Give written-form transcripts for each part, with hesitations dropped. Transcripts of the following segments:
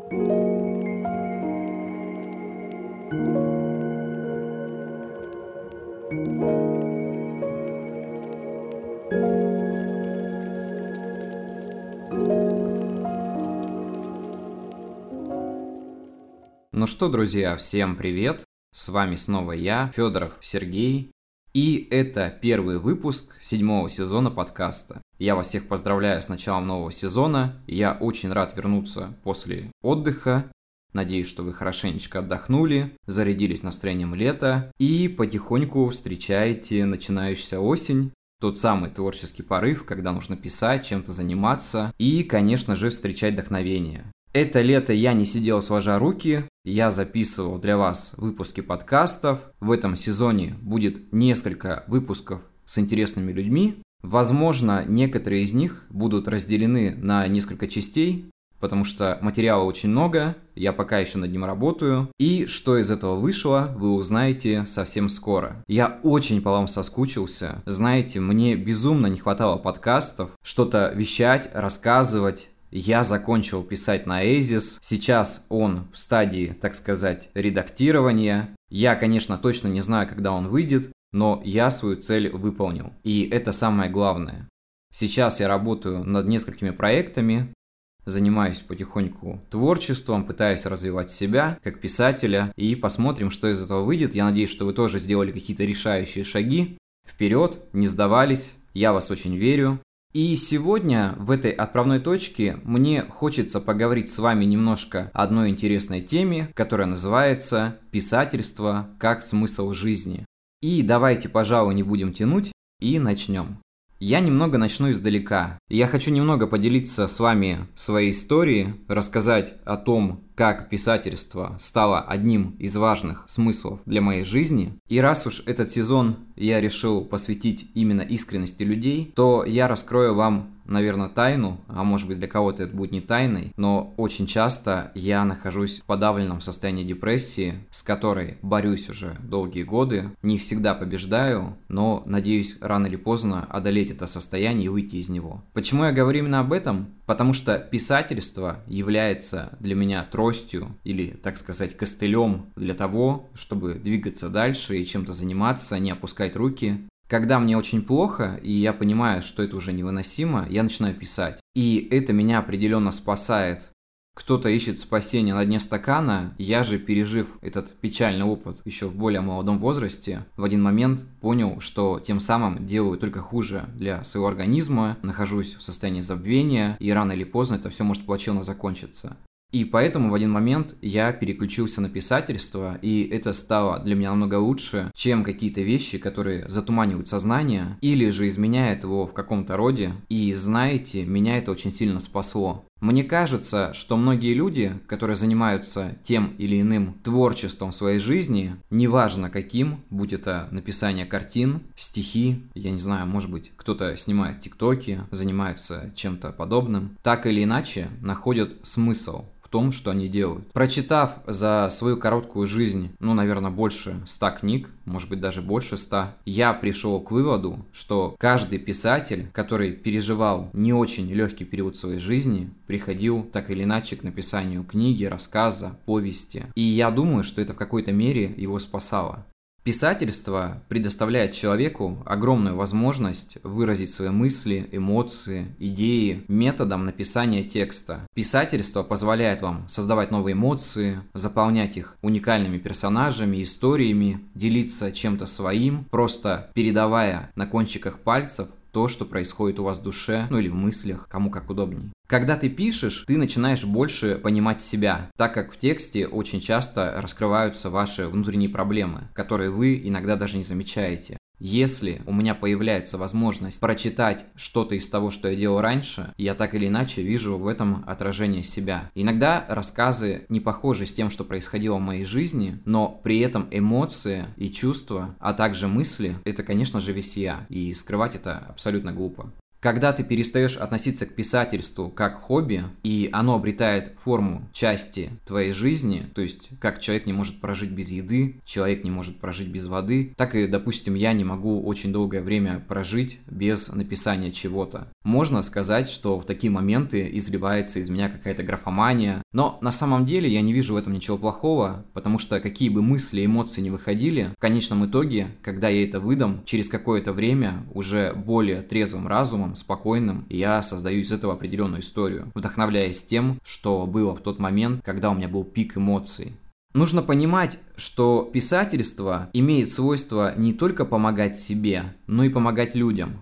Ну что, друзья, всем привет! С вами снова я, Федоров Сергей, и это первый выпуск 7-го сезона подкаста. Я вас всех поздравляю с началом нового сезона, я очень рад вернуться после отдыха. Надеюсь, что вы хорошенечко отдохнули, зарядились настроением лета и потихоньку встречаете начинающуюся осень. Тот самый творческий порыв, когда нужно писать, чем-то заниматься и, конечно же, встречать вдохновение. Это лето я не сидел сложа руки, я записывал для вас выпуски подкастов. В этом сезоне будет несколько выпусков с интересными людьми. Возможно, некоторые из них будут разделены на несколько частей, потому что материала очень много, я пока еще над ним работаю. И что из этого вышло, вы узнаете совсем скоро. Я очень по вам соскучился. Знаете, мне безумно не хватало подкастов, что-то вещать, рассказывать. Я закончил писать на Эйзис, сейчас он в стадии, так сказать, редактирования. Я, конечно, точно не знаю, когда он выйдет, но я свою цель выполнил. И это самое главное. Сейчас я работаю над несколькими проектами, занимаюсь потихоньку творчеством, пытаюсь развивать себя как писателя. И посмотрим, что из этого выйдет. Я надеюсь, что вы тоже сделали какие-то решающие шаги. Вперед, не сдавались, я вас очень верю. И сегодня в этой отправной точке мне хочется поговорить с вами немножко о одной интересной теме, которая называется «Писательство как смысл жизни». И давайте, пожалуй, не будем тянуть и начнем. Я немного начну издалека. Я хочу немного поделиться с вами своей историей, рассказать о том, как писательство стало одним из важных смыслов для моей жизни. И раз уж этот сезон я решил посвятить именно искренности людей, то я раскрою вам, наверное, тайну, а может быть для кого-то это будет не тайной, но очень часто я нахожусь в подавленном состоянии депрессии, с которой борюсь уже долгие годы, не всегда побеждаю, но надеюсь рано или поздно одолеть это состояние и выйти из него. Почему я говорю именно об этом? Потому что писательство является для меня тростью или, так сказать, костылем для того, чтобы двигаться дальше и чем-то заниматься, не опускать руки. Когда мне очень плохо, и я понимаю, что это уже невыносимо, я начинаю писать. И это меня определенно спасает. Кто-то ищет спасения на дне стакана, я же, пережив этот печальный опыт еще в более молодом возрасте, в один момент понял, что тем самым делаю только хуже для своего организма, нахожусь в состоянии забвения, и рано или поздно это все может плачевно закончиться. И поэтому в один момент я переключился на писательство, и это стало для меня намного лучше, чем какие-то вещи, которые затуманивают сознание, или же изменяют его в каком-то роде. И знаете, меня это очень сильно спасло. Мне кажется, что многие люди, которые занимаются тем или иным творчеством в своей жизни, неважно каким, будь это написание картин, стихи, я не знаю, может быть, кто-то снимает тиктоки, занимается чем-то подобным, так или иначе находят смысл в том, что они делают. Прочитав за свою короткую жизнь, наверное, больше 100 книг, может быть, даже больше 100, я пришел к выводу, что каждый писатель, который переживал не очень легкий период своей жизни, приходил так или иначе к написанию книги, рассказа, повести. И я думаю, что это в какой-то мере его спасало. Писательство предоставляет человеку огромную возможность выразить свои мысли, эмоции, идеи методом написания текста. Писательство позволяет вам создавать новые эмоции, заполнять их уникальными персонажами, историями, делиться чем-то своим, просто передавая на кончиках пальцев то, что происходит у вас в душе, или в мыслях, кому как удобней. Когда ты пишешь, ты начинаешь больше понимать себя, так как в тексте очень часто раскрываются ваши внутренние проблемы, которые вы иногда даже не замечаете. Если у меня появляется возможность прочитать что-то из того, что я делал раньше, я так или иначе вижу в этом отражение себя. Иногда рассказы не похожи с тем, что происходило в моей жизни, но при этом эмоции и чувства, а также мысли – это, конечно же, весь я, и скрывать это абсолютно глупо. Когда ты перестаешь относиться к писательству как к хобби, и оно обретает форму части твоей жизни, то есть как человек не может прожить без еды, человек не может прожить без воды, так и, допустим, я не могу очень долгое время прожить без написания чего-то. Можно сказать, что в такие моменты изливается из меня какая-то графомания, но на самом деле я не вижу в этом ничего плохого, потому что какие бы мысли и эмоции не выходили, в конечном итоге, когда я это выдам, через какое-то время уже более трезвым разумом, спокойным, я создаю из этого определенную историю, вдохновляясь тем, что было в тот момент, когда у меня был пик эмоций. Нужно понимать, что писательство имеет свойство не только помогать себе, но и помогать людям.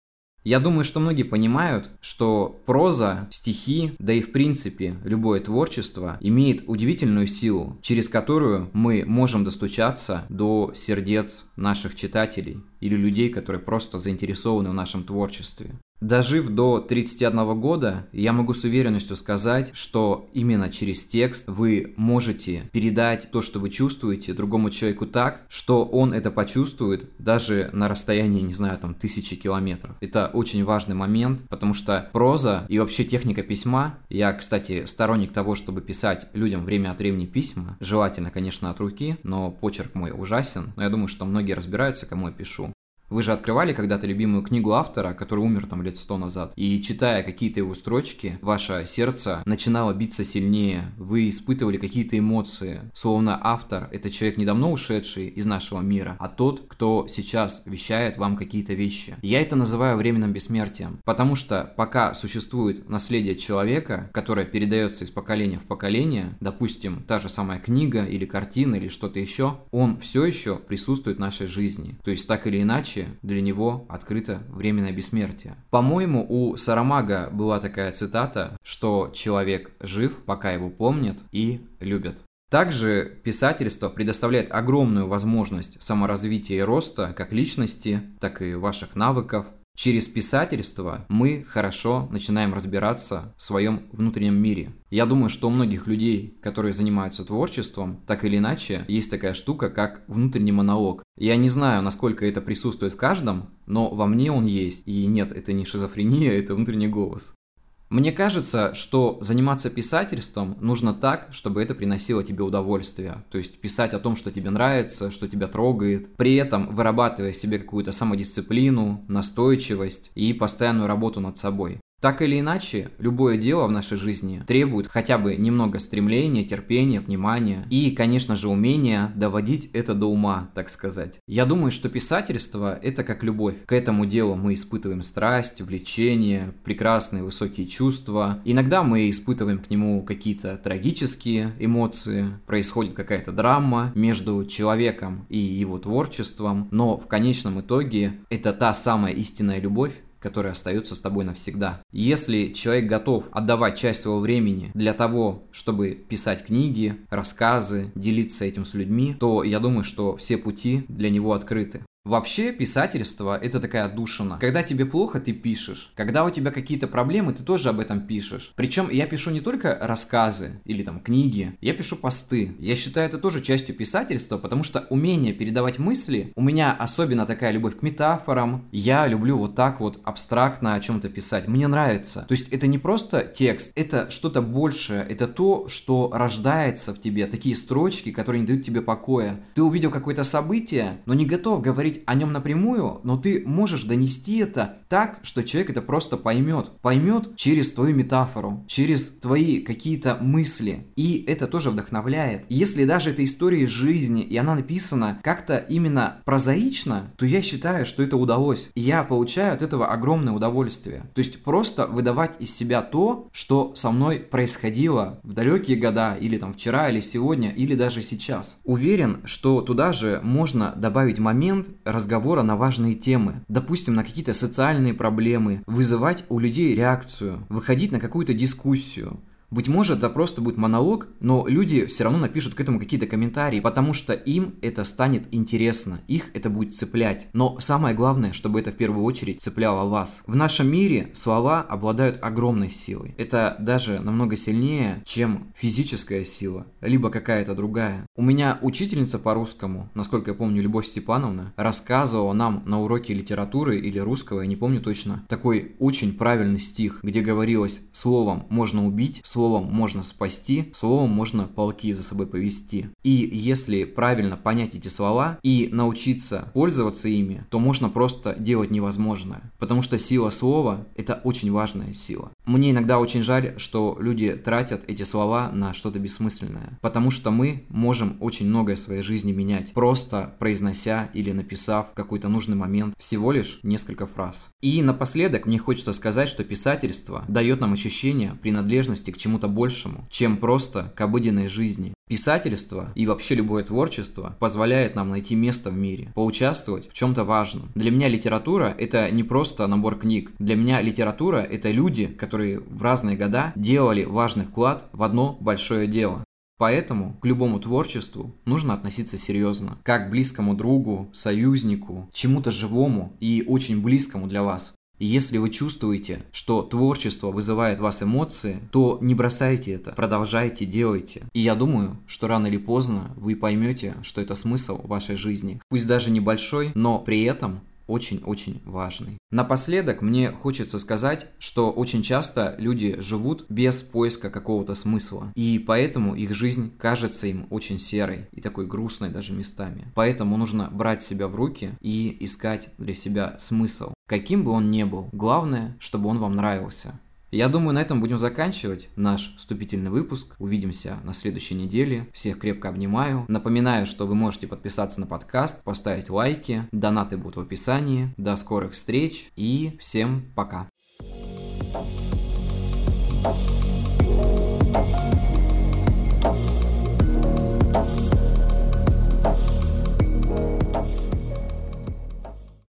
Я думаю, что многие понимают, что проза, стихи, да и в принципе любое творчество имеет удивительную силу, через которую мы можем достучаться до сердец наших читателей или людей, которые просто заинтересованы в нашем творчестве. Дожив до 31 года, я могу с уверенностью сказать, что именно через текст вы можете передать то, что вы чувствуете, другому человеку так, что он это почувствует даже на расстоянии, не знаю, там, 1000 километров. Это очень важный момент, потому что проза и вообще техника письма, я, кстати, сторонник того, чтобы писать людям время от времени письма, желательно, конечно, от руки, но почерк мой ужасен, но я думаю, что многие разбираются, кому я пишу. Вы же открывали когда-то любимую книгу автора, который умер там лет 100 назад, и читая какие-то его строчки, ваше сердце начинало биться сильнее, вы испытывали какие-то эмоции, словно автор – это человек не давно ушедший из нашего мира, а тот, кто сейчас вещает вам какие-то вещи. Я это называю временным бессмертием, потому что пока существует наследие человека, которое передается из поколения в поколение, допустим, та же самая книга или картина или что-то еще, он все еще присутствует в нашей жизни, то есть так или иначе для него открыто временное бессмертие. По-моему, у Сарамага была такая цитата, что человек жив, пока его помнят и любят. Также писательство предоставляет огромную возможность саморазвития и роста как личности, так и ваших навыков. Через писательство мы хорошо начинаем разбираться в своем внутреннем мире. Я думаю, что у многих людей, которые занимаются творчеством, так или иначе, есть такая штука, как внутренний монолог. Я не знаю, насколько это присутствует в каждом, но во мне он есть. И нет, это не шизофрения, это внутренний голос. Мне кажется, что заниматься писательством нужно так, чтобы это приносило тебе удовольствие. То есть писать о том, что тебе нравится, что тебя трогает, при этом вырабатывая в себе какую-то самодисциплину, настойчивость и постоянную работу над собой. Так или иначе, любое дело в нашей жизни требует хотя бы немного стремления, терпения, внимания и, конечно же, умения доводить это до ума, так сказать. Я думаю, что писательство – это как любовь. К этому делу мы испытываем страсть, влечение, прекрасные высокие чувства. Иногда мы испытываем к нему какие-то трагические эмоции, происходит какая-то драма между человеком и его творчеством, но в конечном итоге это та самая истинная любовь, который остается с тобой навсегда. Если человек готов отдавать часть своего времени для того, чтобы писать книги, рассказы, делиться этим с людьми, то я думаю, что все пути для него открыты. Вообще, писательство – это такая отдушина. Когда тебе плохо, ты пишешь. Когда у тебя какие-то проблемы, ты тоже об этом пишешь. Причем я пишу не только рассказы или там книги, я пишу посты. Я считаю это тоже частью писательства, потому что умение передавать мысли, у меня особенно такая любовь к метафорам. Я люблю вот так вот абстрактно о чем-то писать. Мне нравится. То есть это не просто текст, это что-то большее. Это то, что рождается в тебе. Такие строчки, которые не дают тебе покоя. Ты увидел какое-то событие, но не готов говорить о нем напрямую, но ты можешь донести это так, что человек это просто поймет. Поймет через твою метафору, через твои какие-то мысли. И это тоже вдохновляет. Если даже это история из жизни, и она написана как-то именно прозаично, то я считаю, что это удалось. И я получаю от этого огромное удовольствие. То есть просто выдавать из себя то, что со мной происходило в далекие года, или там вчера, или сегодня, или даже сейчас. Уверен, что туда же можно добавить момент разговора на важные темы, допустим, на какие-то социальные проблемы, вызывать у людей реакцию, выходить на какую-то дискуссию. Быть может, это просто будет монолог, но люди все равно напишут к этому какие-то комментарии, потому что им это станет интересно, их это будет цеплять. Но самое главное, чтобы это в первую очередь цепляло вас. В нашем мире слова обладают огромной силой. Это даже намного сильнее, чем физическая сила, либо какая-то другая. У меня учительница по русскому, насколько я помню, Любовь Степановна, рассказывала нам на уроке литературы или русского, я не помню точно, такой очень правильный стих, где говорилось: словом можно убить, словом можно спасти, словом можно полки за собой повести. И если правильно понять эти слова и научиться пользоваться ими, то можно просто делать невозможное. Потому что сила слова – это очень важная сила. Мне иногда очень жаль, что люди тратят эти слова на что-то бессмысленное. Потому что мы можем очень многое в своей жизни менять, просто произнося или написав в какой-то нужный момент всего лишь несколько фраз. И напоследок мне хочется сказать, что писательство дает нам ощущение принадлежности к чему-то большему, чем просто к обыденной жизни. Писательство и вообще любое творчество позволяет нам найти место в мире, поучаствовать в чем-то важном. Для меня литература – это не просто набор книг. Для меня литература – это люди, которые в разные года делали важный вклад в одно большое дело. Поэтому к любому творчеству нужно относиться серьезно, как к близкому другу, союзнику, чему-то живому и очень близкому для вас. И если вы чувствуете, что творчество вызывает в вас эмоции, то не бросайте это, продолжайте, делайте. И я думаю, что рано или поздно вы поймете, что это смысл вашей жизни. Пусть даже небольшой, но при этом очень-очень важный. Напоследок мне хочется сказать, что очень часто люди живут без поиска какого-то смысла, и поэтому их жизнь кажется им очень серой и такой грустной даже местами. Поэтому нужно брать себя в руки и искать для себя смысл, каким бы он ни был. Главное, чтобы он вам нравился. Я думаю, на этом будем заканчивать наш вступительный выпуск. Увидимся на следующей неделе. Всех крепко обнимаю. Напоминаю, что вы можете подписаться на подкаст, поставить лайки. Донаты будут в описании. До скорых встреч и всем пока.